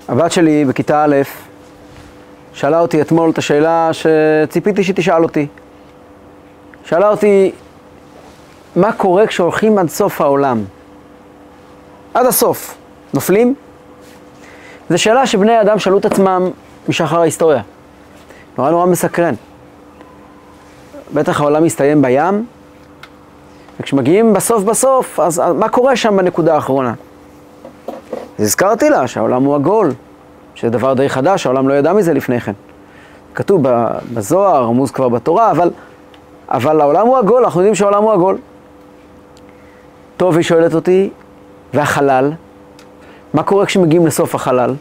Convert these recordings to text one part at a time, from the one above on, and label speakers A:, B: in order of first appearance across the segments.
A: הבת שלי בכיתה א' שאלה אותי אתמול את השאלה שציפיתי שתשאל אותי. שאלה אותי, מה קורה כשהולכים עד סוף העולם? עד הסוף. נופלים? זו שאלה שבני האדם שאלו את עצמם משחר ההיסטוריה. נורא מסקרן. בטח העולם מסתיים בים, וכשמגיעים בסוף, אז מה קורה שם בנקודה האחרונה? אז הזכרתי לה שהעולם הוא עגול, שזה דבר די חדש, העולם לא ידע מזה לפני כן. כתוב בזוהר, רמוז כבר בתורה, אבל העולם הוא עגול, אנחנו יודעים שהעולם הוא עגול. טוב, היא שואלת אותי, והחלל? מה קורה כשמגיעים לסוף החלל?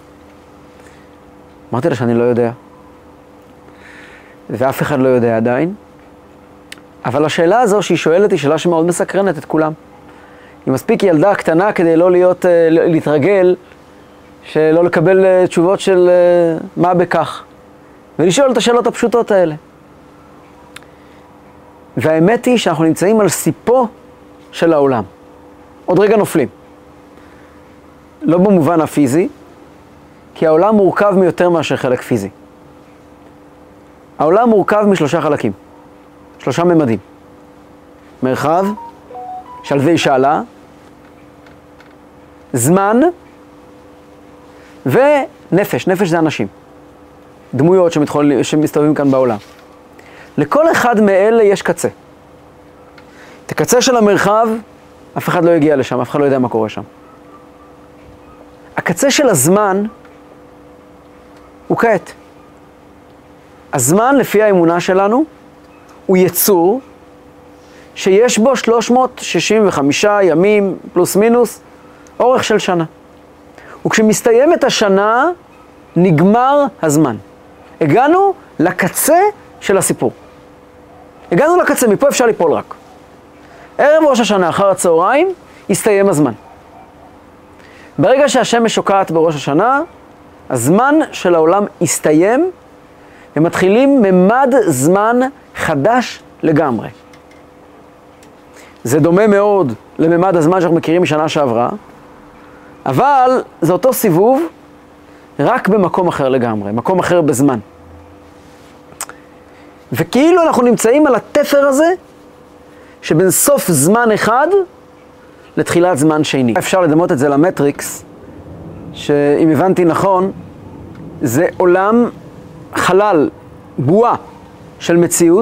A: אמרתי לה שאני לא יודע. ואף אחד לא יודע עדיין. אבל השאלה הזו שהיא שואלת היא שאלה שמאוד מסקרנת את כולם. היא מספיק ילדה קטנה כדי לא להתרגל, שלא לקבל תשובות של מה בכך. ולשאול את השאלות הפשוטות האלה. והאמת היא שאנחנו נמצאים על סיפו של העולם. עוד רגע נופלים. לא במובן הפיזי, כי העולם מורכב מיותר מאשר חלק פיזי. העולם מורכב משלושה חלקים, 3 ממדים. מרחב, שלבי שאלה, זמן ונפש. נפש זה אנשים. דמויות שמסתובבים כאן בעולם. לכל אחד מאלה יש קצה. את הקצה של המרחב, אף אחד לא יגיע לשם, אף אחד לא יודע מה קורה שם. הקצה של הזמן הוא כעת. הזמן, לפי האמונה שלנו, הוא יצור שיש בו 365 ימים פלוס מינוס אורך של שנה. וכשמסתיימת השנה, נגמר הזמן. הגענו לקצה של הסיפור. הגענו לקצה, מפה אפשר ליפול רק. ערב ראש השנה, אחר הצהריים, הסתיים הזמן. ברגע שהשמש שוקעת בראש השנה, הזמן של העולם הסתיים, ומתחילים ממד זמן חדש לגמרי. זה דומה מאוד לממד הזמן שאנחנו מכירים משנה שעברה, אבל זה אותו סיבוב, רק במקום אחר לגמרי, מקום אחר בזמן. וכאילו אנחנו נמצאים על התפר הזה, שבין סוף זמן אחד לתחילת זמן שני. אפשר לדמות את זה למטריקס, שאם הבנתי נכון, זה עולם חלל, בועה של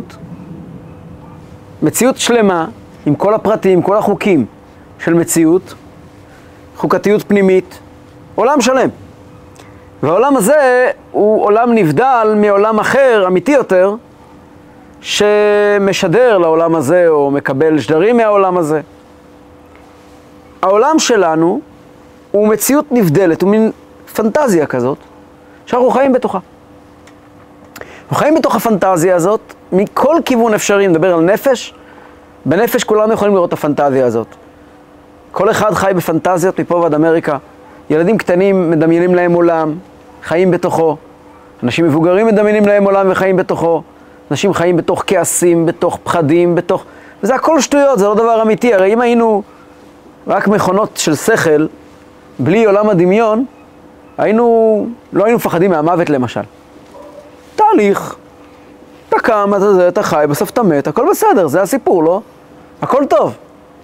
A: מציאות שלמה, עם כל הפרטים, כל החוקים של מציאות, חוקתיות פנימית, עולם שלם. והעולם הזה הוא עולם נבדל מעולם אחר, אמיתי יותר, שמשדר לעולם הזה או מקבל שדרים מהעולם הזה. העולם שלנו הוא מציאות נבדלת, הוא מין פנטזיה כזאת, שאנחנו חיים בתוכה. אנחנו חיים בתוך הפנטזיה הזאת, מכל כיוון אפשרי, נדבר על נפש, בנפש כולנו יכולים לראות את הפנטזיה הזאת. כל אחד חי בפנטזיות מפה ועד אמריקה. ילדים קטנים מדמיינים להם עולם, חיים בתוכו. אנשים מבוגרים מדמיינים להם עולם וחיים בתוכו. אנשים חיים בתוך כעסים, בתוך פחדים, וזה הכל שטויות, זה לא דבר אמיתי. הרי אם היינו רק מכונות של שכל, בלי עולם הדמיון, לא היינו מפחדים מהמוות למשל. תהליך, אתה קם, אתה חי, בסוף אתה מת, הכל בסדר, זה הסיפור, לא? הכל טוב.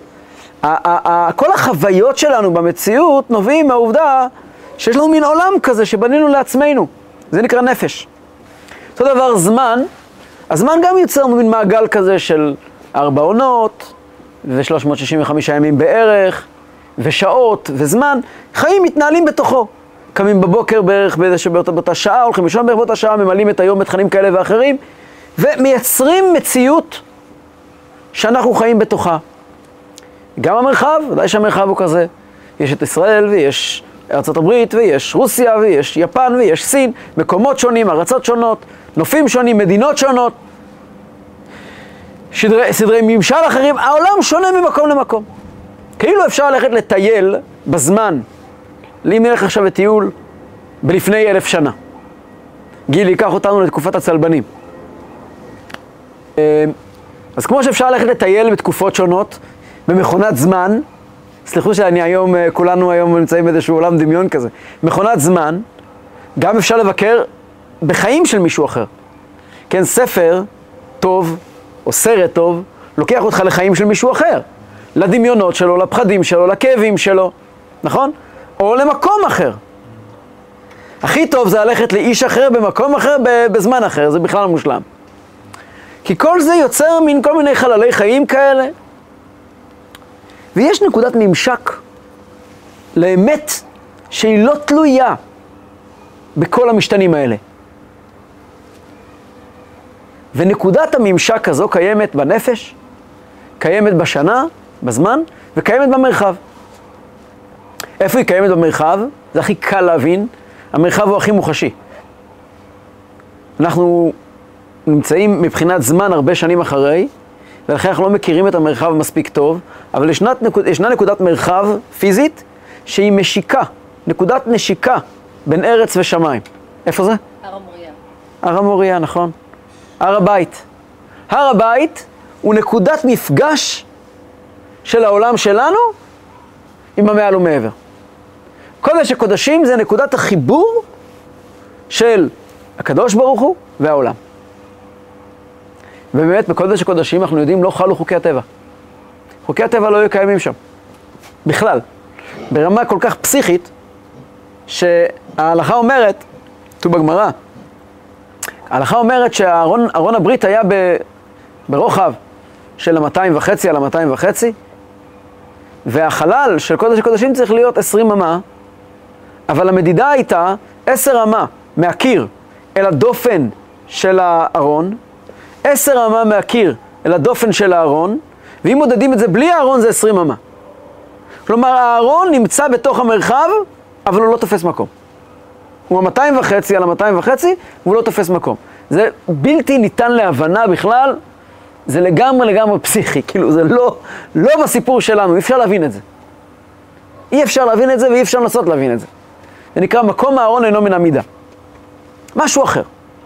A: כל החוויות שלנו במציאות נובעים מהעובדה שיש לנו מין עולם כזה שבנינו לעצמנו. זה נקרא נפש. אותו דבר זמן, הזמן גם יוצר לנו מין מעגל כזה של 4 עונות, ו365 ימים בערך, ושעות, וזמן. חיים מתנהלים בתוכו. קמים בבוקר בערך באותה שעה, הולכים לישון בערך באותה שעה, ממלאים את היום בתכנים כאלה ואחרים, ומייצרים מציאות שאנחנו חיים בתוכה. גם המרחב, ודאי שהמרחב הוא כזה. יש את ישראל, ויש ארצות הברית, ויש רוסיה, ויש יפן, ויש סין, מקומות שונים, ארצות שונות, נופים שונים, מדינות שונות, סדרי ממשל אחרים, העולם שונה ממקום למקום. כאילו אפשר ללכת לטייל בזמן, אם נלך עכשיו לטיול בלפני 1000 שנה. גיל ייקח אותנו לתקופת הצלבנים. אז כמו שאפשר ללכת לטייל בתקופות שונות, במכונת זמן, סליחו שאני היום, כולנו היום נמצאים באיזשהו עולם דמיון כזה. מכונת זמן, גם אפשר לבקר בחיים של מישהו אחר. כן, ספר טוב, או סרט טוב, לוקח אותך לחיים של מישהו אחר. לדמיונות שלו, לפחדים שלו, לכאבים שלו, נכון? או למקום אחר. הכי טוב זה ללכת לאיש אחר, במקום אחר, בזמן אחר, זה בכלל מושלם. כי כל זה יוצר מן כל מיני חללי חיים כאלה. ויש נקודת ממשק לאמת שהיא לא תלויה בכל המשתנים האלה. ונקודת הממשק הזו קיימת בנפש, קיימת בשנה, בזמן, וקיימת במרחב. איפה היא קיימת במרחב? זה הכי קל להבין. המרחב הוא הכי מוחשי. אנחנו נמצאים מבחינת זמן הרבה שנים אחרי, ולכן אנחנו לא מכירים את המרחב מספיק טוב, אבל ישנה נקודת מרחב פיזית שהיא משיקה, נקודת נשיקה בין ארץ ושמיים. איפה זה?
B: הר המוריה.
A: הר המוריה, נכון. הר הבית. הר הבית הוא נקודת מפגש של העולם שלנו עם המעל ומעבר. קודש הקודשים זה נקודת החיבור של הקדוש ברוך הוא והעולם. ובאמת בקודש הקודשים אנחנו יודעים לא חלו חוקי הטבע. חוקי הטבע לא היו קיימים שם. בכלל. ברמה כל כך פסיכית שההלכה אומרת, כתוב בגמרא, ההלכה אומרת שהארון הברית היה ברוחב של 200.5 על 200.5, והחלל של קודש הקודשים צריך להיות 20 אמה, אבל המדידה הייתה 10 אמה מהקיר אל הדופן של הארון, 10 אמה מהקיר אל הדופן של הארון, ואם מודדים את זה בלי הארון זה 20 אמה. כלומר, הארון נמצא בתוך המרחב, אבל הוא לא תופס מקום. הוא 200.5 על 200.5, והוא לא תופס מקום. זה בלתי ניתן להבנה בכלל, זה לגמרי פסיכי, כאילו זה לא בסיפור שלנו, אי אפשר להבין את זה. אי אפשר להבין את זה ואי אפשר לנסות להבין את זה. זה נקרא מקום הארון אינו מן המידה. משהו אחר.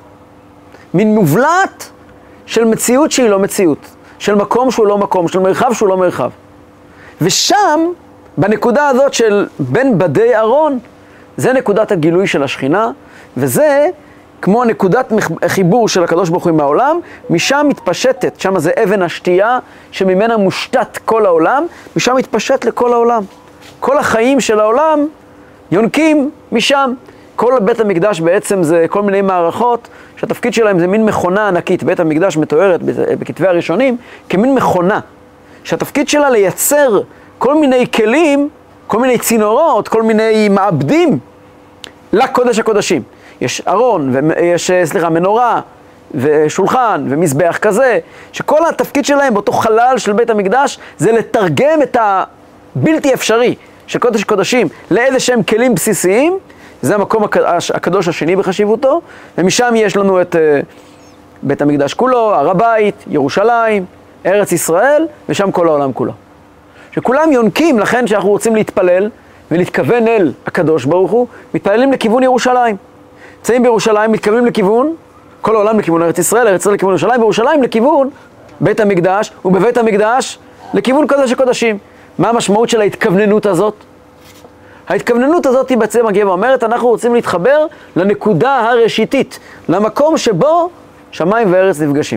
A: מין מובלעת של מציאות שהיא לא מציאות, של מקום שהוא לא מקום, של מרחב שהוא לא מרחב. ושם, בנקודה הזאת של בין בדי ארון, זה נקודת הגילוי של השכינה, וזה כמו נקודת חיבור של הקדוש ברוך הוא עם העולם, משם מתפשטת, שם זה אבן השתייה שממנה מושתת כל העולם, משם מתפשט לכל העולם. כל החיים של העולם יונקים משם. כל בית המקדש בעצם זה כל מיני מערכות שהתפקיד שלהם זה מין מכונה ענקית. בית המקדש מתוארת בכתבי הראשונים כמין מכונה, שהתפקיד שלה לייצר כל מיני כלים, כל מיני צינורות, כל מיני מעבדים לקודש הקודשים. יש ארון, ויש, מנורה, ושולחן, ומזבח כזה, שכל התפקיד שלהם באותו חלל של בית המקדש, זה לתרגם את הבלתי אפשרי של קודש הקודשים לאיזה שהם כלים בסיסיים, זה המקום הקדוש השני בחשיבותו, ומשם יש לנו את בית המקדש כולו, הר הבית, ירושלים, ארץ ישראל, ושם כל העולם כולו. שכולם יונקים, לכן שאנחנו רוצים להתפלל ולהתכוון אל הקדוש ברוך הוא, מתפללים לכיוון ירושלים. נמצאים בירושלים, מתכוונים לכיוון, כל העולם לכיוון ארץ ישראל, ארץ ישראל לכיוון ירושלים, בירושלים לכיוון בית המקדש, ובבית המקדש לכיוון קודש הקודשים. מה המשמעות של ההתכווננות הזאת? ההתכווננות הזאת היא בעצם מגיעה ואומרת, אנחנו רוצים להתחבר לנקודה הראשיתית, למקום שבו שמיים וארץ נפגשים.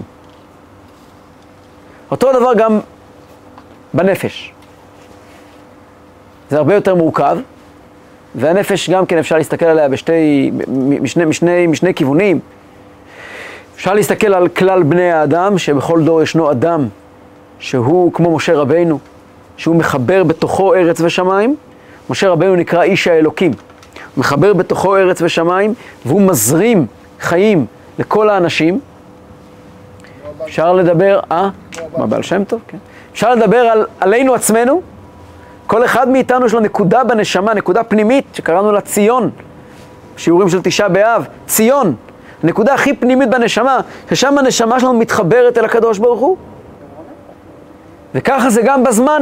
A: אותו דבר גם בנפש. זה הרבה יותר מורכב, והנפש גם כן אפשר להסתכל עליה משני כיוונים. אפשר להסתכל על כלל בני האדם, שבכל דור ישנו אדם שהוא כמו משה רבינו, שהוא מחבר בתוכו ארץ ושמיים. משה רבינו נקרא איש האלוקים. הוא מחבר בתוכו ארץ ושמיים, והוא מזרים חיים לכל האנשים. אפשר לדבר, מה בעל שם טוב? כן. אפשר לדבר עלינו עצמנו. כל אחד מאיתנו יש לו נקודה בנשמה, נקודה פנימית, שקראנו לה ציון. שיעורים של 9 באב, ציון. הנקודה הכי פנימית בנשמה, ששם הנשמה שלנו מתחברת אל הקדוש ברוך הוא. וככה זה גם בזמן.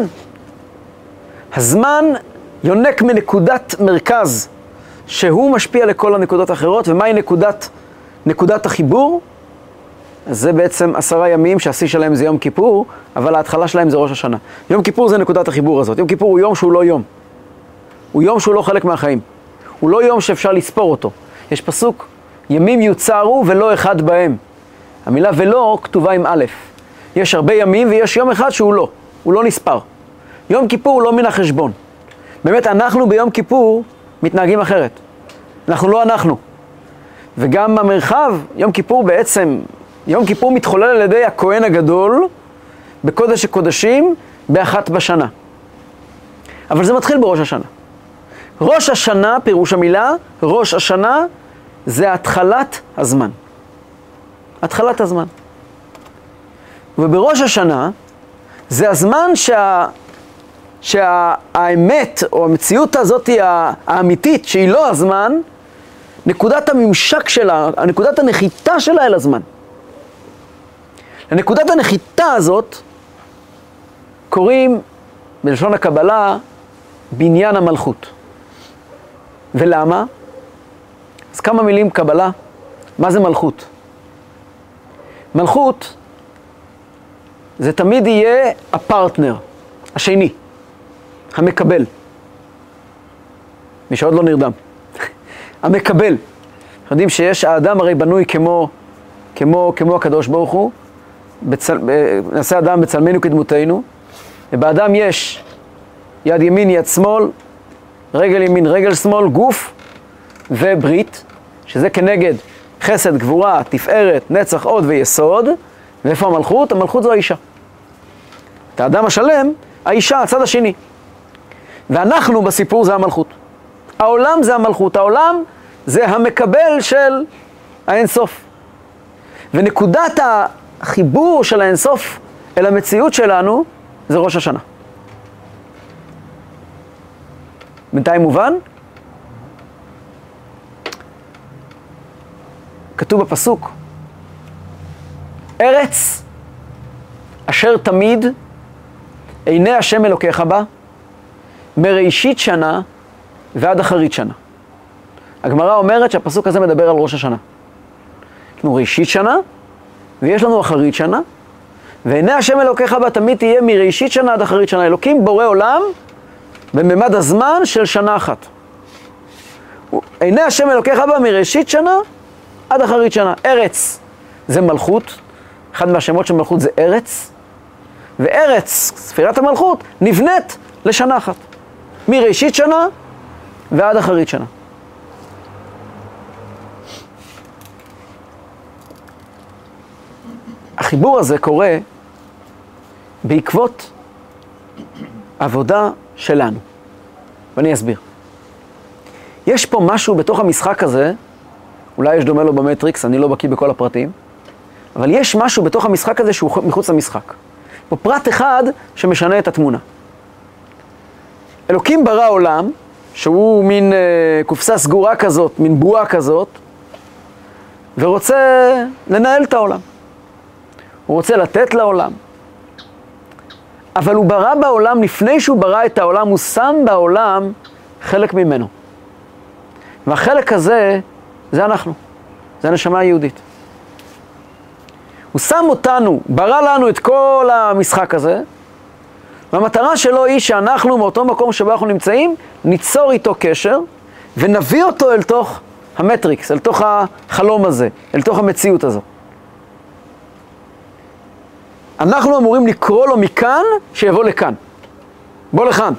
A: הזמן יונק מנקודת מרכז, שהוא משפיע לכל הנקודות האחרות, ומהי נקודת החיבור? אז זה בעצם 10 ימים שהשיא שלהם זה יום כיפור, אבל ההתחלה שלהם זה ראש השנה. יום כיפור זה נקודת החיבור הזאת. יום כיפור הוא יום שהוא לא יום. הוא יום שהוא לא חלק מהחיים. הוא לא יום שאפשר לספור אותו. יש פסוק, ימים יוצרו ולא אחד בהם. המילה ולא כתובה עם א'. יש הרבה ימים ויש יום אחד שהוא לא. הוא לא נספר. יום כיפור הוא לא מן החשבון. באמת אנחנו ביום כיפור מתנהגים אחרת. אנחנו לא אנחנו. וגם המרחב, יום כיפור בעצם, יום כיפור מתחולל על ידי הכהן הגדול בקודש הקודשים באחת בשנה. אבל זה מתחיל בראש השנה. ראש השנה, פירוש המילה, ראש השנה זה התחלת הזמן. התחלת הזמן. ובראש השנה זה הזמן שהאמת או המציאות הזאת האמיתית שהיא לא הזמן, נקודת הממשק שלה, נקודת הנחיתה שלה אל הזמן. לנקודת הנחיתה הזאת קוראים בלשון הקבלה בניין המלכות. ולמה? אז כמה מילים קבלה. מה זה מלכות? מלכות זה תמיד יהיה הפרטנר, השני, המקבל. מי שעוד לא נרדם. המקבל. אנחנו יודעים שיש האדם הרי בנוי כמו הקדוש ברוך הוא, נעשה אדם בצלמנו כדמותנו, ובאדם יש יד ימין, יד שמאל, רגל ימין, רגל שמאל, גוף וברית, שזה כנגד חסד, גבורה, תפארת, נצח, עוד ויסוד. ואיפה המלכות? המלכות זו האישה. את האדם השלם, האישה, הצד השני. ואנחנו בסיפור זה המלכות. העולם זה המלכות. העולם זה המקבל של האינסוף. ונקודת החיבור של האינסוף אל המציאות שלנו זה ראש השנה. בינתיים מובן? כתוב בפסוק, ארץ אשר תמיד עיני השם אלוקיך בה, מראשית שנה ועד אחרית שנה. הגמרא אומרת שהפסוק הזה מדבר על ראש השנה. יש לנו ראשית שנה, ויש לנו אחרית שנה, ועיני השם אלוקיך בה תמיד תהיה מראשית שנה עד אחרית שנה. אלוקים בורא עולם בממד הזמן של שנה אחת. עיני השם אלוקיך בה מראשית שנה עד אחרית שנה. ארץ זה מלכות, אחד מהשמות של מלכות זה ארץ, וארץ, ספירת המלכות, נבנית לשנה אחת. מראשית שנה ועד אחרית שנה. החיבור הזה קורה בעקבות עבודה שלנו. ואני אסביר. יש פה משהו בתוך המשחק הזה, אולי יש דומה לו במטריקס, אני לא בקיא בכל הפרטים, אבל יש משהו בתוך המשחק הזה שהוא מחוץ למשחק. פה פרט אחד שמשנה את התמונה. אלוקים ברא עולם, שהוא מין קופסה סגורה כזאת, מין בועה כזאת, ורוצה לנהל את העולם. הוא רוצה לתת לעולם. אבל הוא ברא בעולם, לפני שהוא ברא את העולם, הוא שם בעולם חלק ממנו. והחלק הזה, זה אנחנו. זה הנשמה היהודית. הוא שם אותנו, ברא לנו את כל המשחק הזה, והמטרה שלו היא שאנחנו, מאותו מקום שבו אנחנו נמצאים, ניצור איתו קשר, ונביא אותו אל תוך המטריקס, אל תוך החלום הזה, אל תוך המציאות הזו. אנחנו אמורים לקרוא לו מכאן, שיבוא לכאן. בוא לכאן.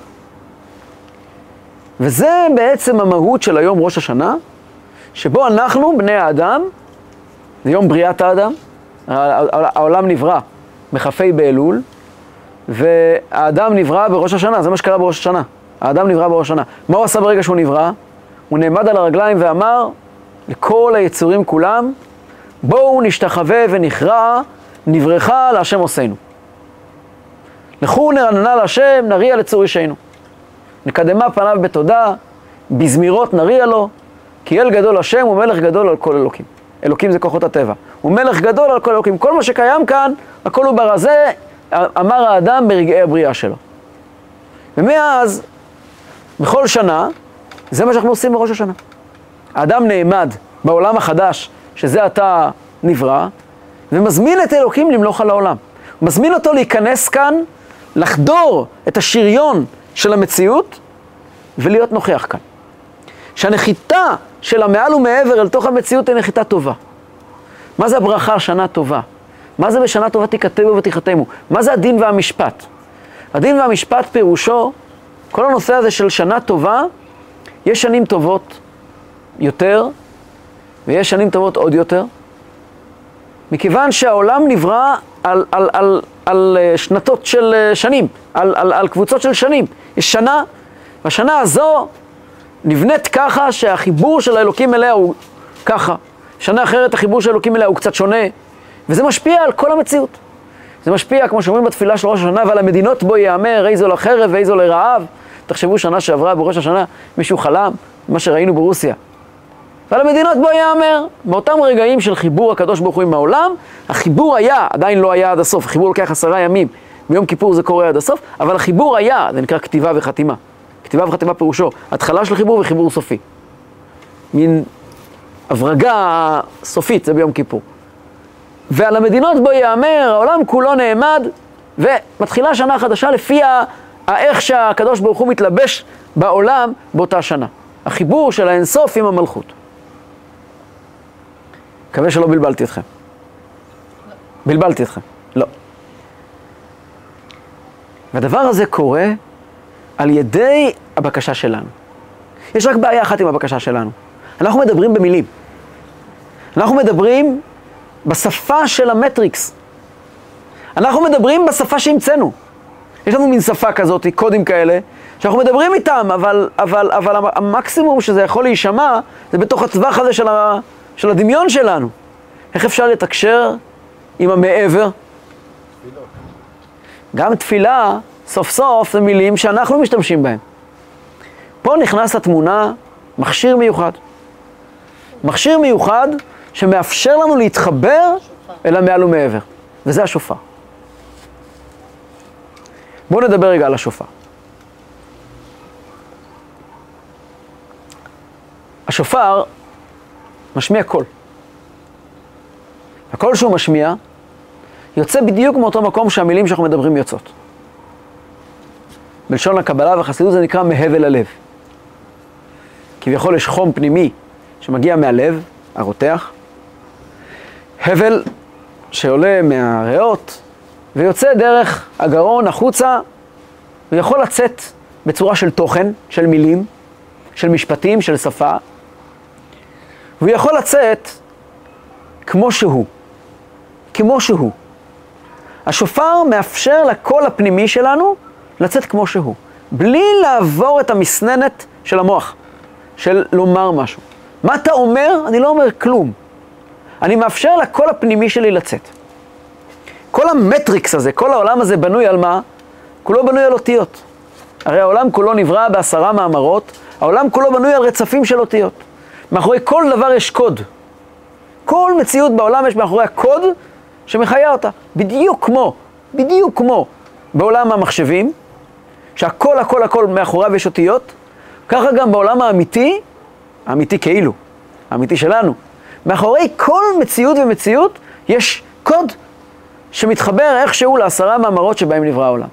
A: וזה בעצם המהות של היום ראש השנה, שבו אנחנו, בני האדם, זה יום בריאת האדם, העולם נברא בכ"ה באלול, והאדם נברא בראש השנה, זה מה שקרה בראש השנה. האדם נברא בראש השנה. מה הוא עשה ברגע שהוא נברא? הוא נעמד על הרגליים ואמר לכל היצורים כולם, בואו נשתחווה ונכרע, נברכה להשם עושנו. לכו נרננה להשם, נריע לצור אישנו. נקדמה פניו בתודה, בזמירות נריע לו, כי אל גדול השם ומלך גדול על כל אלוקים. אלוקים זה כוחות הטבע. הוא מלך גדול על כל אלוקים. כל מה שקיים כאן, הכל הוא ברא. זה אמר האדם ברגעי הבריאה שלו. ומאז, בכל שנה, זה מה שאנחנו עושים בראש השנה. האדם נעמד בעולם החדש, שזה עתה נברא, ומזמין את אלוקים למלוך על העולם. הוא מזמין אותו להיכנס כאן, לחדור את השריון של המציאות, ולהיות נוכח כאן. שהנחיתה של המעל ומעבר אל תוך המציאות היא נחיתה טובה. מה זה הברכה שנה טובה? מה זה בשנה טובה תיכתבו ותיחתמו? מה זה הדין והמשפט? הדין והמשפט פירושו, כל הנושא הזה של שנה טובה, יש שנים טובות יותר, ויש שנים טובות עוד יותר, מכיוון שהעולם נברא על שנתות של שנים, על קבוצות של שנים. יש שנה, והשנה הזו נבנית ככה שהחיבור של האלוקים אליה הוא ככה. שנה אחרת החיבור של האלוקים אליה הוא קצת שונה, וזה משפיע על כל המציאות. זה משפיע, כמו שאומרים בתפילה של ראש השנה, ועל המדינות בו יאמר, איזו לחרב ואיזו לרעב. תחשבו שנה שעברה בראש השנה, מישהו חלם, מה שראינו ברוסיה. ועל המדינות בו יאמר, באותם רגעים של חיבור הקדוש ברוך הוא עם העולם, החיבור היה, עדיין לא היה עד הסוף, החיבור לוקח 10 ימים, ביום כיפור זה קורה עד הסוף, אבל החיבור היה, זה נקרא כתיבה וחתימה. כתיבה וחתימה פירושו, התחלה של חיבור וחיבור סופי. מין הברגה סופית, זה ביום כיפור. ועל המדינות בו יאמר, העולם כולו נעמד, ומתחילה שנה חדשה לפי איך שהקדוש ברוך הוא מתלבש בעולם באותה שנה. החיבור של האינסוף עם המלכות. מקווה שלא בלבלתי אתכם. בלבלתי אתכם. לא. והדבר הזה קורה על ידי הבקשה שלנו. יש רק בעיה אחת עם הבקשה שלנו. אנחנו מדברים במילים. אנחנו מדברים בשפה של המטריקס. אנחנו מדברים בשפה שהמצאנו. יש לנו מין שפה כזאת, קודים כאלה, שאנחנו מדברים איתם, אבל המקסימום שזה יכול להישמע, זה בתוך הטווח הזה של הדמיון שלנו. איך אפשר לתקשר עם המעבר? תפילות. גם תפילה, סוף סוף, זה מילים שאנחנו משתמשים בהם. פה נכנס לתמונה מכשיר מיוחד. מכשיר מיוחד שמאפשר לנו להתחבר אל המעל ומעבר. וזה השופר. בואו נדבר רגע על השופר. השופר משמיע קול. הקול שהוא משמיע יוצא בדיוק מאותו מקום שהמילים שאנחנו מדברים יוצאות. בלשון הקבלה והחסידות זה נקרא מהבל הלב. כביכול יש חום פנימי שמגיע מהלב, הרותח. הבל שעולה מהריאות ויוצא דרך הגרון החוצה, הוא יכול לצאת בצורה של תוכן, של מילים, של משפטים, של שפה. והוא יכול לצאת כמו שהוא. כמו שהוא. השופר מאפשר לקול הפנימי שלנו לצאת כמו שהוא. בלי לעבור את המסננת של המוח, של לומר משהו. מה אתה אומר? אני לא אומר כלום. אני מאפשר לקול הפנימי שלי לצאת. כל המטריקס הזה, כל העולם הזה בנוי על מה? כולו בנוי על אותיות. הרי העולם כולו נברא ב10 מאמרות, העולם כולו בנוי על רצפים של אותיות. מאחורי כל דבר יש קוד. כל מציאות בעולם יש מאחורי הקוד שמחיה אותה. בדיוק כמו בעולם המחשבים, שהכל הכל הכל מאחוריו יש אותיות, ככה גם בעולם האמיתי, האמיתי כאילו, האמיתי שלנו, מאחורי כל מציאות ומציאות יש קוד שמתחבר איכשהו ל10 מאמרות שבהם נברא העולם.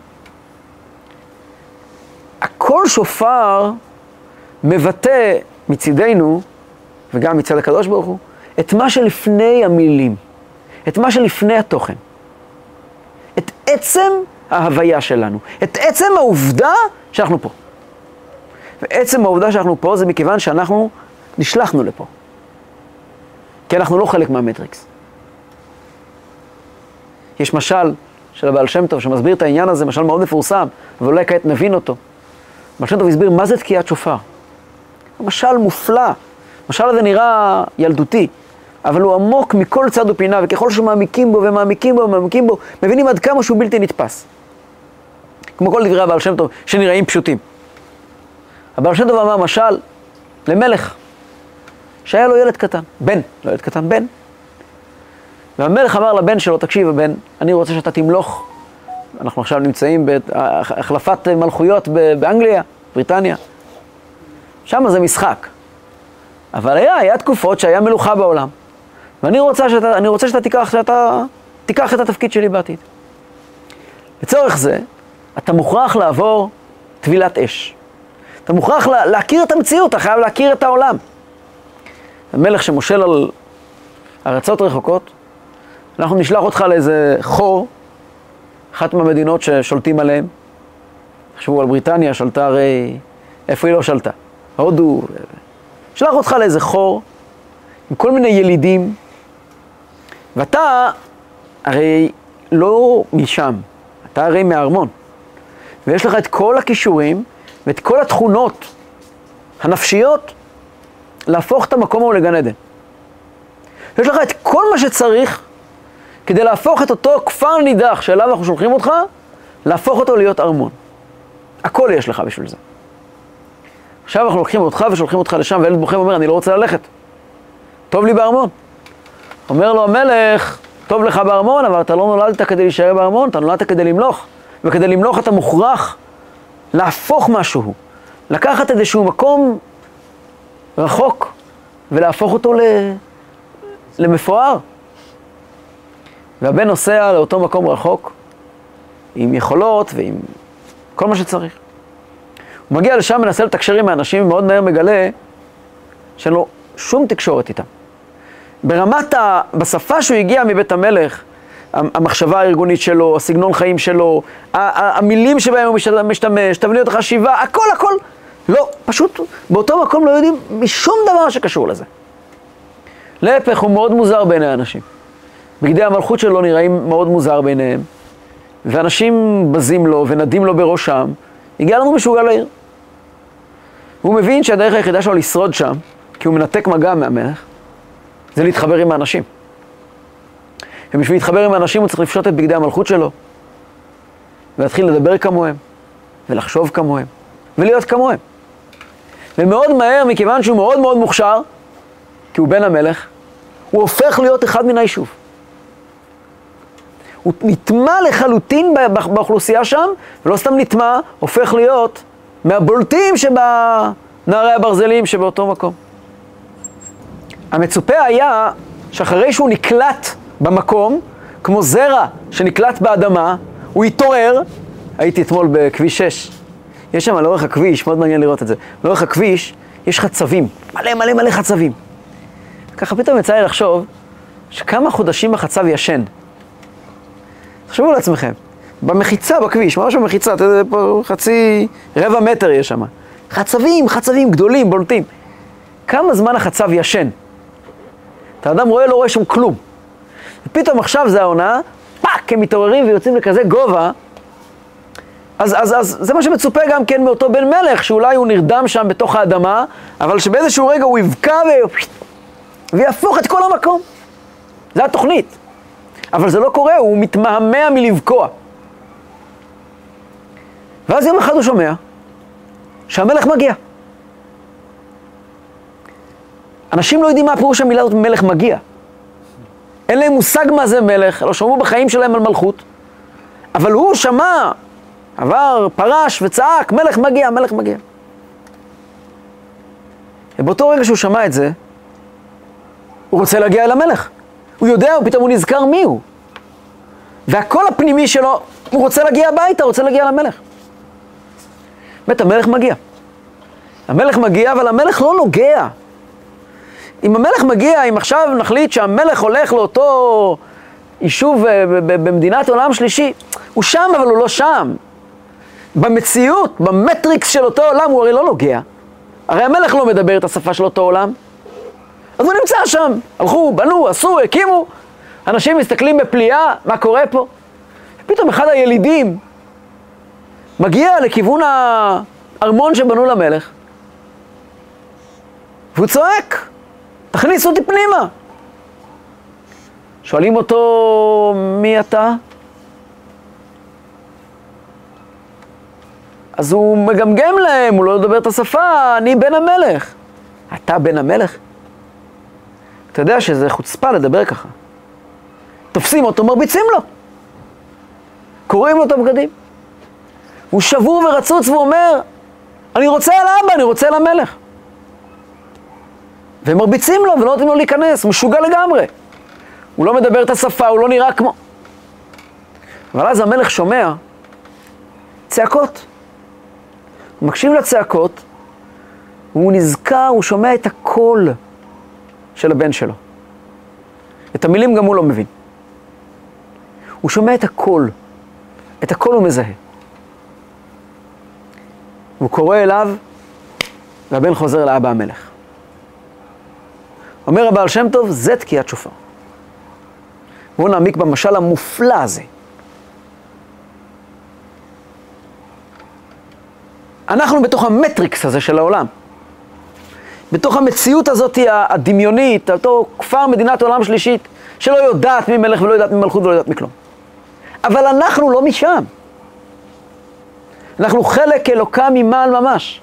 A: הכל שופר מבטא מצידנו, וגם מצד הקדוש ברוך הוא, את מה שלפני המילים, את מה שלפני התוכן, את עצם ההוויה שלנו, את עצם העובדה שאנחנו פה. ועצם העובדה שאנחנו פה זה מכיוון שאנחנו נשלחנו לפה. כי אנחנו לא חלק מהמטריקס. יש משל של הבעל שם טוב שמסביר את העניין הזה, משל מאוד מפורסם, אבל אולי כעת נבין אותו. הבעל שם טוב הסביר מה זה תקיעת שופר. משל מופלא. המשל הזה נראה ילדותי, אבל הוא עמוק מכל צד ופינה, וככל שמעמיקים בו ומעמיקים בו ומעמיקים בו, מבינים עד כמה שהוא בלתי נתפס. כמו כל דברי הבעל שם טוב שנראים פשוטים. הבעל שם טוב אמר משל למלך, שהיה לו ילד קטן, בן, לא ילד קטן, בן. והמלך אמר לבן שלו, תקשיב הבן, אני רוצה שאתה תמלוך. אנחנו עכשיו נמצאים בהחלפת מלכויות באנגליה, בריטניה. שם זה משחק. אבל היה תקופות שהיה מלוכה בעולם. ואני רוצה שאתה תיקח את התפקיד שלי בעתיד. לצורך זה, אתה מוכרח לעבור טבילת אש. אתה מוכרח להכיר את המציאות, אתה חייב להכיר את העולם. המלך שמושל על ארצות רחוקות, אנחנו נשלח אותך לאיזה חור, אחת מהמדינות ששולטים עליהן. תחשבו על בריטניה, שלטה הרי, איפה היא לא שלטה? הודו. נשלח אותך לאיזה חור, עם כל מיני ילידים, ואתה הרי לא משם, אתה הרי מהארמון. ויש לך את כל הכישורים ואת כל התכונות הנפשיות להפוך את המקום ההוא לגן עדן. יש לך את כל מה שצריך כדי להפוך את אותו כפר נידח שאליו אנחנו שולחים אותך, להפוך אותו להיות ארמון. הכל יש לך בשביל זה. עכשיו אנחנו לוקחים אותך ושולחים אותך לשם, וילד בוכה ואומר, אני לא רוצה ללכת. טוב לי בארמון. אומר לו המלך, טוב לך בארמון, אבל אתה לא נולדת כדי להישאר בארמון, אתה נולדת כדי למלוך. וכדי למלוך אתה מוכרח להפוך משהו. לקחת איזשהו מקום רחוק ולהפוך אותו למפואר. והבן נוסע לאותו מקום רחוק עם יכולות ועם כל מה שצריך. הוא מגיע לשם, מנסה לתקשר עם האנשים, ומאוד מהר מגלה שאין לו שום תקשורת איתם. בשפה שהוא הגיע מבית המלך, המחשבה הארגונית שלו, הסגנון חיים שלו, המילים שבהם הוא משתמש, תבניות החשיבה, הכל, לא, פשוט באותו מקום לא יודעים משום דבר שקשור לזה. להפך, הוא מאוד מוזר בעיני האנשים. בגדי המלכות שלו נראים מאוד מוזר בעיניהם, ואנשים בזים לו ונדים לו בראשם. הגיע לנו משוגע לעיר. הוא מבין שהדרך היחידה שלו לשרוד שם, כי הוא מנתק מגע מהמלך, זה להתחבר עם האנשים. ובשביל להתחבר עם האנשים הוא צריך לפשוט את בגדי המלכות שלו, ולהתחיל לדבר כמוהם, ולחשוב כמוהם, ולהיות כמוהם. ומאוד מהר, מכיוון שהוא מאוד מאוד מוכשר, כי הוא בן המלך, הוא הופך להיות אחד מן היישוב. הוא נטמע לחלוטין באוכלוסייה שם, ולא סתם נטמע, הופך להיות מהבולטים שבנערי הברזלים שבאותו מקום. המצופה היה שאחרי שהוא נקלט במקום, כמו זרע שנקלט באדמה, הוא יתעורר. הייתי אתמול בכביש 6. יש שם לאורך הכביש, מאוד מעניין לראות את זה. לאורך הכביש יש חצבים, מלא חצבים. ככה פתאום יצא לי לחשוב שכמה חודשים החצב ישן. תחשבו לעצמכם, במחיצה בכביש, ממש במחיצה, פה רבע מטר יש שם. חצבים גדולים, בולטים. כמה זמן החצב ישן? אתה אדם רואה, לא רואה שום כלום. ופתאום עכשיו זה העונה, פאק, הם מתעוררים ויוצאים לכזה גובה. אז זה מה שמצופה גם כן מאותו בן מלך, שאולי הוא נרדם שם בתוך האדמה, אבל שבאיזשהו רגע הוא יבקע ויהפוך את כל המקום. זה התוכנית. אבל זה לא קורה, הוא מתמהמה מלבקוע. ואז יום אחד הוא שומע שהמלך מגיע. אנשים לא יודעים מה פירוש המילה הזאת מלך מגיע. אין להם מושג מה זה מלך, לא שמעו בחיים שלהם על מלכות. אבל הוא שמע, עבר, פרש וצעק, מלך מגיע, מלך מגיע. ובאותו רגע שהוא שמע את זה, הוא רוצה להגיע אל המלך. הוא יודע, פתאום הוא נזכר מי הוא. והכל הפנימי שלו, הוא רוצה להגיע הביתה, רוצה להגיע למלך. באמת, המלך מגיע. המלך מגיע, אבל המלך לא נוגע. אם המלך מגיע, אם עכשיו נחליט שהמלך הולך לאותו יישוב במדינת עולם שלישי, הוא שם, אבל הוא לא שם. במציאות, במטריקס של אותו עולם, הוא הרי לא נוגע. הרי המלך לא מדבר את השפה של אותו עולם. אז הוא נמצא שם. הלכו, בנו, עשו, הקימו. אנשים מסתכלים בפליאה, מה קורה פה? פתאום אחד הילידים מגיע לכיוון הארמון שבנו למלך, והוא צועק, תכניסו אותי פנימה. שואלים אותו, מי אתה? אז הוא מגמגם להם, הוא לא מדבר את השפה, אני בן המלך. אתה בן המלך? אתה יודע שזה חוצפה לדבר ככה. תופסים אותו, מרביצים לו. קוראים לו את הבגדים. הוא שבור ורצוץ ואומר, אני רוצה אל אבא, אני רוצה אל המלך. והם מרביצים לו ולא נותנים לו להיכנס, משוגע לגמרי. הוא לא מדבר את השפה, הוא לא נראה כמו... אבל אז המלך שומע צעקות. הוא מקשיב לצעקות, והוא נזכר, הוא שומע את הקול של הבן שלו. את המילים גם הוא לא מבין. הוא שומע את הקול. את הקול הוא מזהה. הוא קורא אליו, והבן חוזר לאבא המלך. אומר הבעל שם טוב, זה תקיעת שופר. בואו נעמיק במשל המופלא הזה. אנחנו בתוך המטריקס הזה של העולם. בתוך המציאות הזאת הדמיונית, אותו כפר מדינת עולם שלישית, שלא יודעת מי מלך ולא יודעת מי מלכות ולא יודעת מכלום. אבל אנחנו לא משם. אנחנו חלק אלוקה ממעל ממש.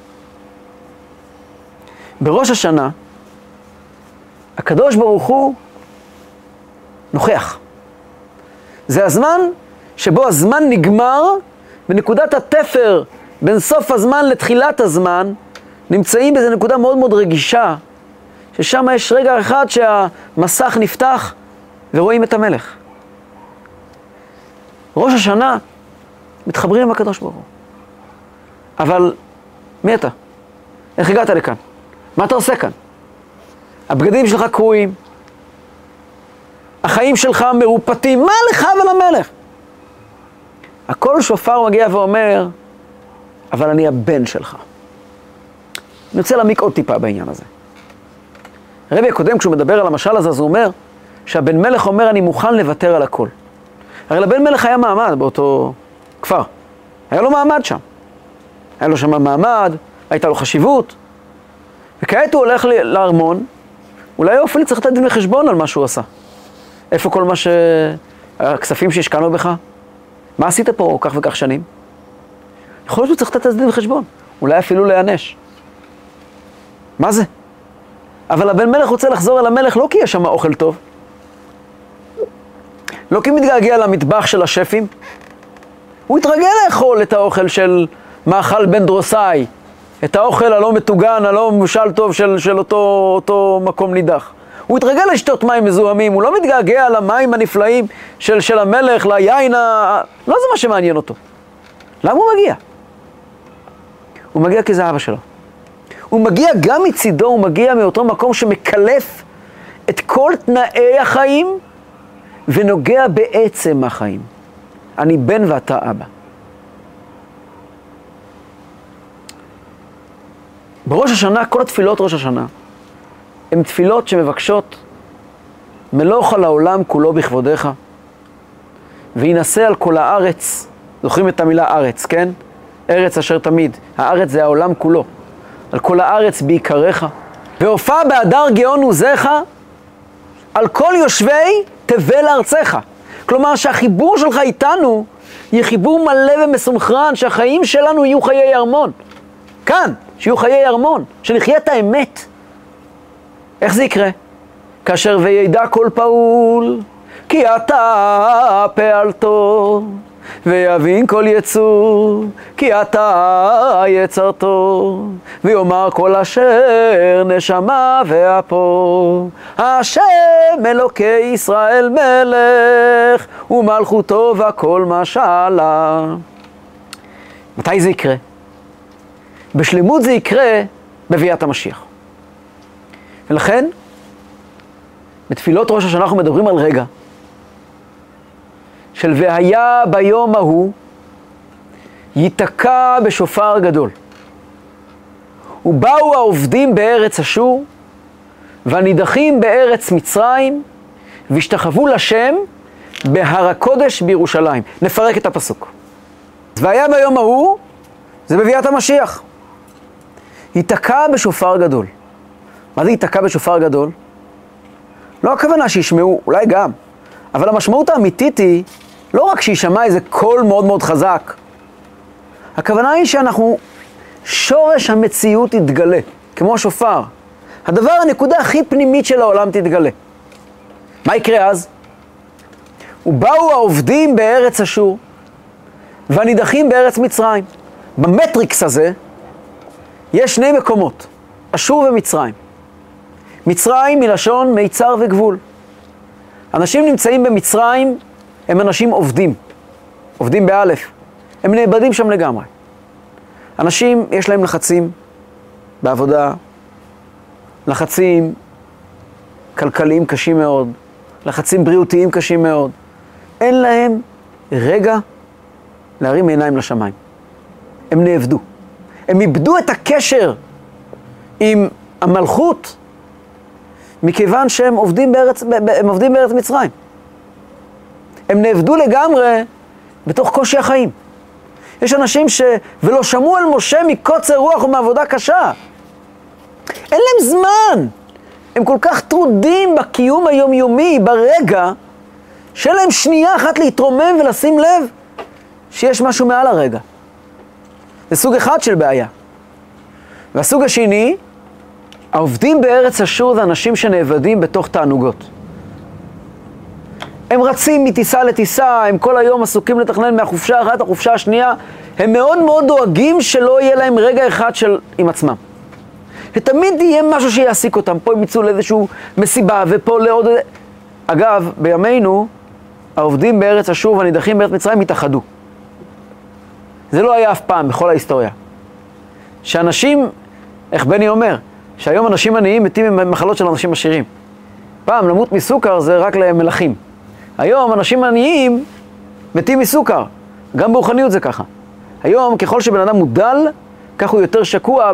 A: בראש השנה, הקדוש ברוך הוא נוכח. זה הזמן שבו הזמן נגמר, בנקודת התפר בין סוף הזמן לתחילת הזמן, נמצאים באיזו נקודה מאוד מאוד רגישה, ששם יש רגע אחד שהמסך נפתח ורואים את המלך. ראש השנה מתחברים עם הקדוש ברוך הוא. אבל מי אתה? איך הגעת לכאן? מה אתה עושה כאן? הבגדים שלך קרועים, החיים שלך מרופטים, מה לך ולמלך? הכל שופר מגיע ואומר, אבל אני הבן שלך. אני רוצה להעמיק עוד טיפה בעניין הזה. הרבי הקודם, כשהוא מדבר על המשל הזה, אז הוא אומר שהבן מלך אומר, אני מוכן לוותר על הכל. הרי לבן מלך היה מעמד באותו כפר. היה לו מעמד שם. היה לו שם מעמד, הייתה לו חשיבות. וכעת הוא הולך לארמון, אולי הוא אפילו צריך לתת דין וחשבון על מה שהוא עשה. איפה כל הכספים שהשקענו בך? מה עשית פה כך וכך שנים? יכול להיות שהוא צריך לתת דין וחשבון. אולי אפילו להיענש. מה זה? אבל הבן מלך רוצה לחזור אל המלך לא כי יש שם אוכל טוב. לא כי מתגעגע למטבח של השפים. הוא התרגל לאכול את האוכל של מאכל בן דרוסאי. את האוכל הלא מטוגן, הלא מבושל טוב של אותו מקום נידח. הוא התרגל לשתות מים מזוהמים, הוא לא מתגעגע למים הנפלאים של המלך, ליין לא זה מה שמעניין אותו. למה הוא מגיע? הוא מגיע כי זה אבא שלו. הוא מגיע גם מצידו, הוא מגיע מאותו מקום שמקלף את כל תנאי החיים ונוגע בעצם החיים. אני בן ואתה אבא. בראש השנה, כל התפילות ראש השנה, הן תפילות שמבקשות מלוך על העולם כולו בכבודך, וינשא על כל הארץ, זוכרים את המילה ארץ, כן? ארץ אשר תמיד, הארץ זה העולם כולו, על כל הארץ בעיקריך, והופע בהדר גאון עוזיך, על כל יושבי תבל ארצך. כלומר שהחיבור שלך איתנו, יהיה חיבור מלא ומסונכרן, שהחיים שלנו יהיו חיי ארמון. כאן, שיהיו חיי ארמון, שנחיה את האמת. איך זה יקרה? כאשר וידע כל פעול, כי אתה פעלתו, ויבין כל יצור, כי אתה יצרתו, ויאמר כל אשר נשמה ואפו, השם אלוקי ישראל מלך, ומלכותו וכל משלה. מתי זה יקרה? בשלמות זה יקרה בביאת המשיח. ולכן, בתפילות ראש השנה אנחנו מדברים על רגע של והיה ביום ההוא ייתקע בשופר גדול. ובאו העובדים בארץ אשור והנידחים בארץ מצרים והשתחוו לשם בהר הקודש בירושלים. נפרק את הפסוק. והיה ביום ההוא זה בביאת המשיח. ייתקע בשופר גדול. מה זה ייתקע בשופר גדול? לא הכוונה שישמעו, אולי גם, אבל המשמעות האמיתית היא לא רק שישמע איזה קול מאוד מאוד חזק. הכוונה היא שאנחנו, שורש המציאות יתגלה, כמו השופר. הדבר, הנקודה הכי פנימית של העולם תתגלה. מה יקרה אז? ובאו העובדים בארץ אשור, והנידחים בארץ מצרים. במטריקס הזה, יש שני מקומות, אשור ומצרים. מצרים מלשון מיצר וגבול. אנשים נמצאים במצרים, הם אנשים עובדים. עובדים באלף. הם נאבדים שם לגמרי. אנשים, יש להם לחצים בעבודה, לחצים כלכליים קשים מאוד, לחצים בריאותיים קשים מאוד. אין להם רגע להרים עיניים לשמיים. הם נאבדו. הם איבדו את הקשר עם המלכות, מכיוון שהם עובדים בארץ מצרים. הם נאבדו לגמרי בתוך קושי החיים. יש אנשים ולא שמעו על משה מקוצר רוח ומעבודה קשה. אין להם זמן. הם כל כך טרודים בקיום היומיומי, ברגע, שאין להם שנייה אחת להתרומם ולשים לב שיש משהו מעל הרגע. זה סוג אחד של בעיה. והסוג השני, העובדים בארץ אשור זה אנשים שנאבדים בתוך תענוגות. הם רצים מטיסה לטיסה, הם כל היום עסוקים לתכנן מהחופשה האחת לחופשה השנייה, הם מאוד מאוד דואגים שלא יהיה להם רגע אחד עם עצמם. ותמיד יהיה משהו שיעסיק אותם, פה הם יצאו לאיזשהו מסיבה ופה לעוד... אגב, בימינו, העובדים בארץ אשור והנידחים בארץ מצרים התאחדו. זה לא היה אף פעם בכל ההיסטוריה. שאנשים, איך בני אומר, שהיום אנשים עניים מתים ממחלות של אנשים עשירים. פעם למות מסוכר זה רק למלכים. היום אנשים עניים מתים מסוכר. גם ברוחניות זה ככה. היום ככל שבן אדם מודל, כך הוא יותר שקוע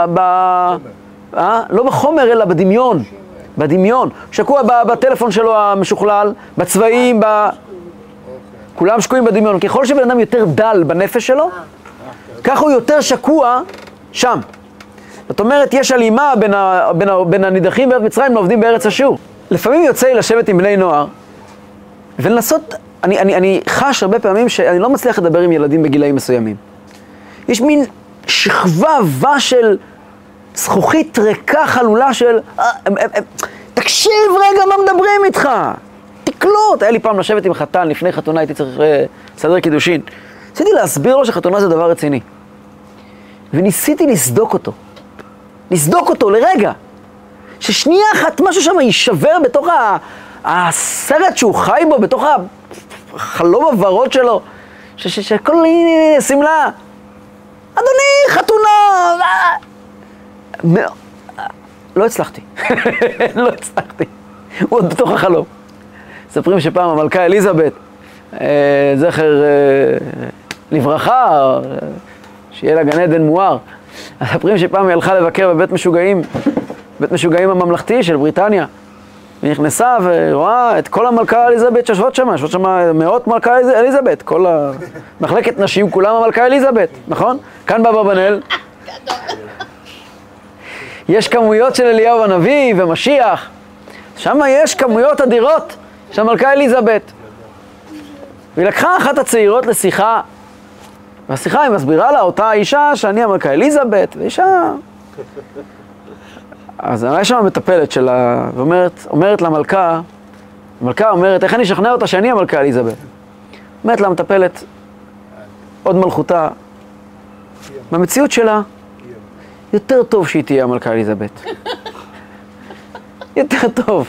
A: לא בחומר אלא בדמיון. בדמיון. שקוע בטלפון שלו המשוכלל, בצבעים, כולם שקועים בדמיון. ככל שבן אדם יותר דל בנפש שלו, כך הוא יותר שקוע שם. זאת אומרת, יש הלימה בין הנידחים בארץ מצרים לעובדים בארץ אשור. לפעמים יוצא לי לשבת עם בני נוער, ולנסות, אני חש הרבה פעמים שאני לא מצליח לדבר עם ילדים בגילאים מסוימים. יש מין שכבה עבה של זכוכית ריקה חלולה של, תקשיב רגע מה מדברים איתך, תקלוט. היה לי פעם לשבת עם חתן, לפני חתונה הייתי צריך לסדר קידושין. ניסיתי להסביר לו שחתונה זה דבר רציני. וניסיתי לסדוק אותו לרגע. ששנייה אחת משהו שם יישבר בתוך הסרט שהוא חי בו, בתוך החלום הוורוד שלו, שכל סמלה, אדוני, חתונה, לא הצלחתי, לא הצלחתי, הוא עוד בתוך החלום. מספרים שפעם המלכה אליזבת, זכר לברכה, שיהיה לה גן עדן מואר, מספרים שפעם היא הלכה לבקר בבית משוגעים הממלכתי של בריטניה, ונכנסה ורואה את כל המלכה אליזבת שיושבות שם מאות מלכה אליזבת, כל מחלקת נשים, כולם המלכה אליזבת, נכון? כאן באברבנאל. יש כמויות של אליהו הנביא ומשיח, שם יש כמויות אדירות של המלכה אליזבת. והיא לקחה אחת הצעירות לשיחה, והשיחה היא מסבירה לה אותה אישה שאני המלכה אליזבת, ואישה... אז יש שם המטפלת שלה, ואומרת למלכה, המלכה אומרת, איך אני אשכנע אותה שאני המלכה אליזבת? אומרת לה המטפלת, עוד מלכותה, במציאות שלה, יותר טוב שהיא תהיה המלכה אליזבת. יותר טוב.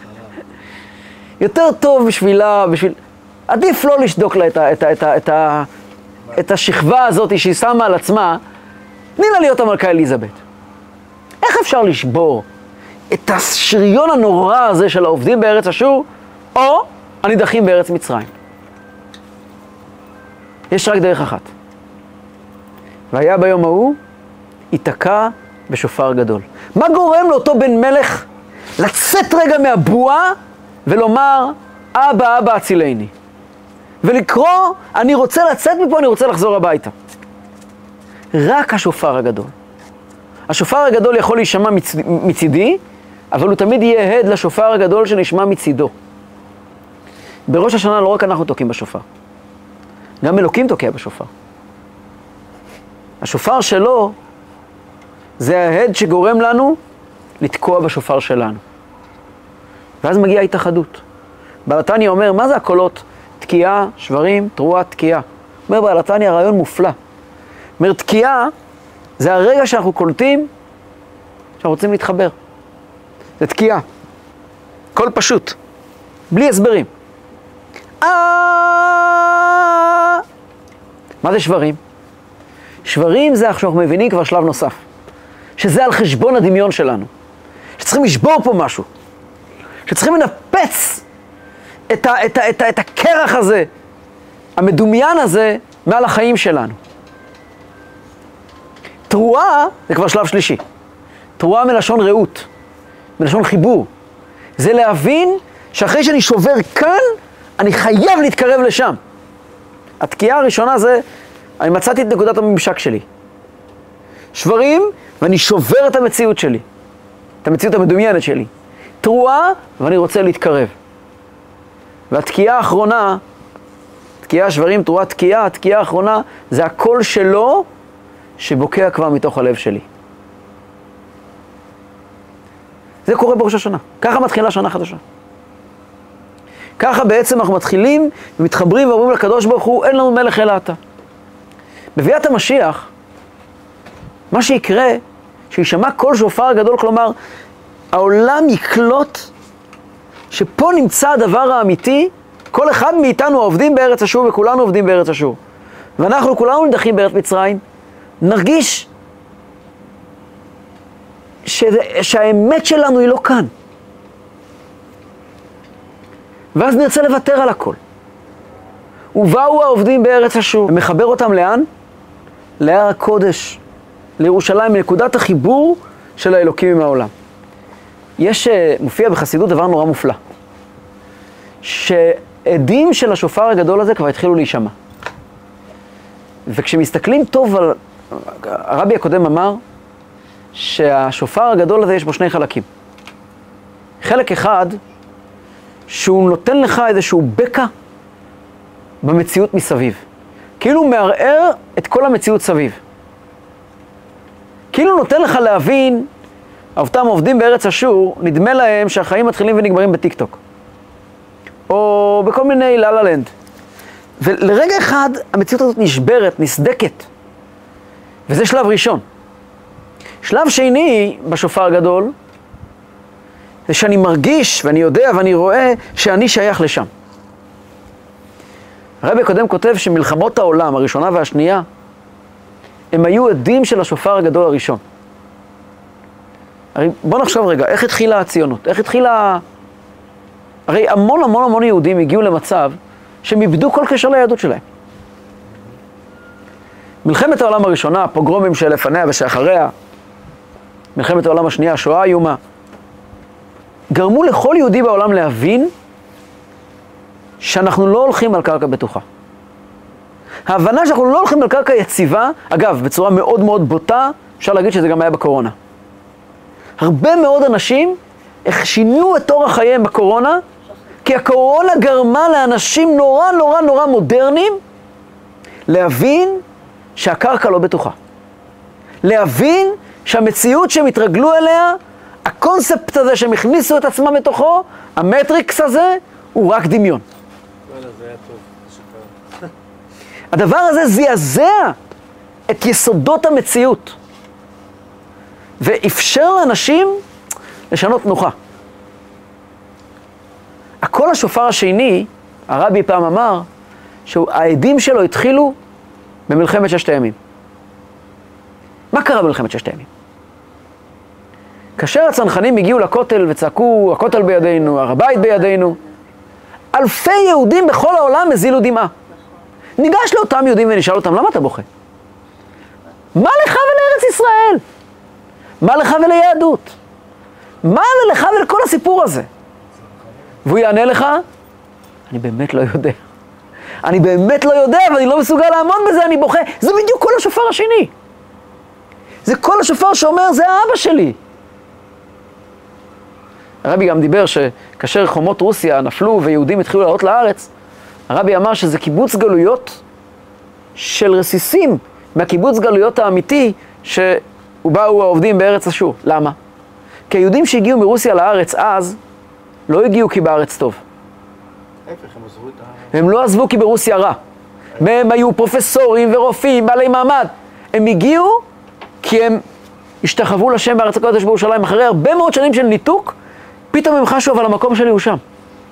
A: יותר טוב בשבילה, עדיף לא לשדוק לה את השכבה הזאת שהיא שמה על עצמה, תני לה להיות המלכה אליזבת. איך אפשר לשבור את השריון הנורא הזה של העובדים בארץ אשור, או הנידחים בארץ מצרים? יש רק דרך אחת. והיה ביום ההוא, ייתקע בשופר גדול. מה גורם לאותו בן מלך לצאת רגע מהבועה ולומר, אבא, אבא, הצילני? ולקרוא, אני רוצה לצאת מפה, אני רוצה לחזור הביתה. רק השופר הגדול. השופר הגדול יכול להישמע מצידי, אבל הוא תמיד יהיה הד לשופר הגדול שנשמע מצידו. בראש השנה לא רק אנחנו תוקעים בשופר. גם אלוקים תוקע בשופר. השופר שלו זה ההד שגורם לנו לתקוע בשופר שלנו. ואז מגיעה התאחדות. בעל התניא אומר, מה זה הקולות? תקיעה, שברים, תרועה, תקיעה. אומר בעל התניא, רעיון מופלא. אומר, תקיעה זה הרגע שאנחנו קולטים שאנחנו רוצים להתחבר. זה תקיעה. קול פשוט. בלי הסברים. מה זה שברים? שברים זה אנחנו מבינים כבר שלב נוסף. שזה על חשבון הדמיון שלנו. שצריכים לשבור פה משהו. שצריכים לנפץ את הקרח הזה, המדומיין הזה, מעל החיים שלנו. תרועה זה כבר שלב שלישי. תרועה מלשון ראות, מלשון חיבור. זה להבין שאחרי שאני שובר כאן, אני חייב להתקרב לשם. התקיעה הראשונה זה, אני מצאתי את נקודת הממשק שלי. שברים, ואני שובר את המציאות שלי. את המציאות המדומיינת שלי. תרועה, ואני רוצה להתקרב. והתקיעה האחרונה, תקיעה, שברים, תרועה, תקיעה, התקיעה האחרונה, זה הקול שלו שבוקע כבר מתוך הלב שלי. זה קורה בראש השנה. ככה מתחילה שנה חדשה. ככה בעצם אנחנו מתחילים ומתחברים ואומרים לקדוש ברוך הוא, אין לנו מלך אלא אתה. בביאת המשיח, מה שיקרה, שישמע קול שופר גדול, כלומר, העולם יקלוט שפה נמצא הדבר האמיתי, כל אחד מאיתנו עובדים בארץ אשור וכולנו עובדים בארץ אשור. ואנחנו כולנו נדחים בארץ מצרים, נרגיש שהאמת שלנו היא לא כאן. ואז נרצה לוותר על הכל. ובאו העובדים בארץ אשור, ומחבר אותם לאן? להר הקודש, לירושלים, מנקודת החיבור של האלוקים עם העולם. מופיע בחסידות דבר נורא מופלא. שעדים של השופר הגדול הזה כבר התחילו להישמע. וכשמסתכלים טוב על... הרבי הקודם אמר שהשופר הגדול הזה יש בו שני חלקים. חלק אחד, שהוא נותן לך איזשהו בקע במציאות מסביב. כאילו הוא מערער את כל המציאות סביב. כאילו נותן לך להבין, אותם עובדים בארץ אשור, נדמה להם שהחיים מתחילים ונגמרים בטיק-טוק. או בכל מיני ללה-לנד. ולרגע אחד המציאות הזאת נשברת, נסדקת. וזה שלב ראשון. שלב שני בשופר הגדול, זה שאני מרגיש ואני יודע ואני רואה שאני שייך לשם. הרבי הקודם כותב שמלחמות העולם, הראשונה והשנייה, הם היו עדים של השופר הגדול הראשון. הרי בוא נחשוב רגע, איך התחילה הציונות? איך התחילה... הרי המון יהודים הגיעו למצב שהם איבדו כל קשר ליהדות שלהם. מלחמת העולם הראשונה, הפוגרומים שלפניה ושאחריה, מלחמת העולם השנייה, השואה האיומה, גרמו לכל יהודי בעולם להבין שאנחנו לא הולכים על קרקע בטוחה. ההבנה שאנחנו לא הולכים על קרקע יציבה, אגב, בצורה מאוד מאוד בוטה, אפשר להגיד שזה גם היה בקורונה. הרבה מאוד אנשים שינו את אורח חייהם בקורונה, כי הקורונה גרמה לאנשים נורא מודרניים להבין שהקרקע לא בטוחה. להבין שהמציאות שהם התרגלו אליה, הקונספט הזה שהם הכניסו את עצמם בתוכו, המטריקס הזה, הוא רק דמיון.
B: זה היה טוב.
A: הדבר הזה זעזע את יסודות המציאות. ואפשר לאנשים לשנות תנוחה. הקול השופר השני, הרבי פעם אמר, שהעדים שלו התחילו במלחמת ששת הימים. מה קרה במלחמת ששת הימים? כאשר הצנחנים הגיעו לכותל וצעקו, הכותל בידינו, הר הבית בידינו, אלפי יהודים בכל העולם הזילו דמעה. ניגש לאותם יהודים ונשאל אותם, למה אתה בוכה? מה לך ולארץ ישראל? מה לך וליהדות? מה לך ולכל הסיפור הזה? והוא יענה לך, אני באמת לא יודע. אני באמת לא יודע, ואני לא מסוגל לעמוד בזה, אני בוכה. זה בדיוק כל השופר השני. זה כל השופר שאומר, זה האבא שלי. הרבי גם דיבר שכאשר חומות רוסיה נפלו ויהודים התחילו לעלות לארץ, הרבי אמר שזה קיבוץ גלויות של רסיסים, מהקיבוץ גלויות האמיתי שבאו העובדים בארץ אשור. למה? כי היהודים שהגיעו מרוסיה לארץ אז, לא הגיעו כי בארץ טוב.
B: ההפך, הם עזבו את הארץ.
A: הם לא עזבו כי ברוסיה רע. הם היו פרופסורים ורופאים, בעלי מעמד. הם הגיעו כי הם השתחוו לשם בארץ הקודש בירושלים. אחרי הרבה מאוד שנים של ניתוק, פתאום הם חשו אבל המקום שלי הוא שם.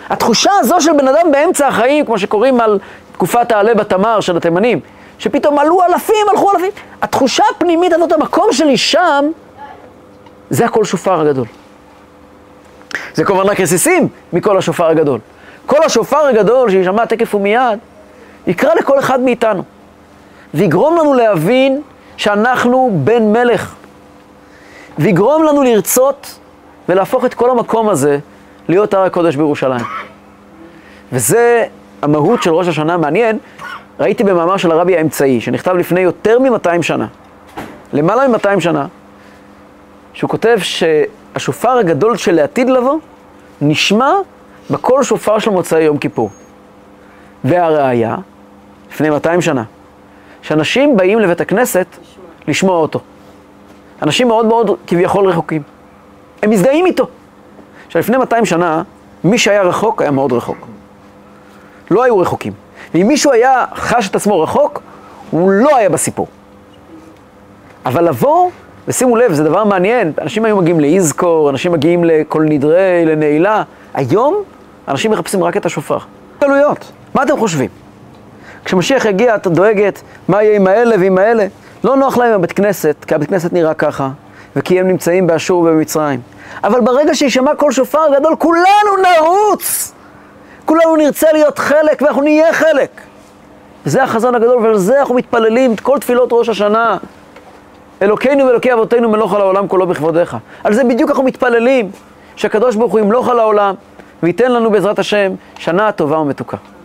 A: התחושה הזו של בן אדם באמצע החיים, כמו שקוראים על תקופת העלה בתמר של התימנים, שפתאום עלו אלפים, הלכו אלפים. התחושה הפנימית הזאת, המקום שלי שם, זה הקול שופר הגדול. זה כמובן רק רסיסים מכל השופר הגדול. כל השופר הגדול שישמע תקף ומיד, יקרא לכל אחד מאיתנו. ויגרום לנו להבין שאנחנו בן מלך. ויגרום לנו לרצות ולהפוך את כל המקום הזה להיות הר הקודש בירושלים. וזה המהות של ראש השנה. מעניין, ראיתי במאמר של הרבי האמצעי, שנכתב לפני יותר מ-200 שנה, למעלה מ-200 שנה, שהוא כותב שהשופר הגדול של לעתיד לבוא, נשמע בכל שופר של מוצאי יום כיפור. והראיה, לפני 200 שנה, שאנשים באים לבית הכנסת לשמוע אותו. אנשים מאוד מאוד כביכול רחוקים. הם מזדהים איתו. עכשיו, לפני 200 שנה, מי שהיה רחוק היה מאוד רחוק. לא היו רחוקים. ואם מישהו היה חש את עצמו רחוק, הוא לא היה בסיפור. אבל לבוא, ושימו לב, זה דבר מעניין, אנשים היו מגיעים לאיזקור, אנשים מגיעים לכל נדרי, לנעילה. היום, אנשים מחפשים רק את השופר. גלויות. מה אתם חושבים? כשמשיח יגיע, אתה דואגת, מה יהיה עם האלה ועם האלה? לא נוח להם בבית כנסת, כי הבית כנסת נראה ככה, וכי הם נמצאים באשור ובמצרים. אבל ברגע שישמע כל שופר גדול, כולנו נרוץ! כולנו נרצה להיות חלק, ואנחנו נהיה חלק. זה החזון הגדול, ועל זה אנחנו מתפללים את כל תפילות ראש השנה. אלוקינו ואלוקי אבותינו מלוך על העולם כולו בכבודיך. על זה בדיוק אנחנו מתפללים, שהקדוש ברוך הוא ימלוך על העולם, וייתן לנו בעזרת השם שנה טובה ומתוקה.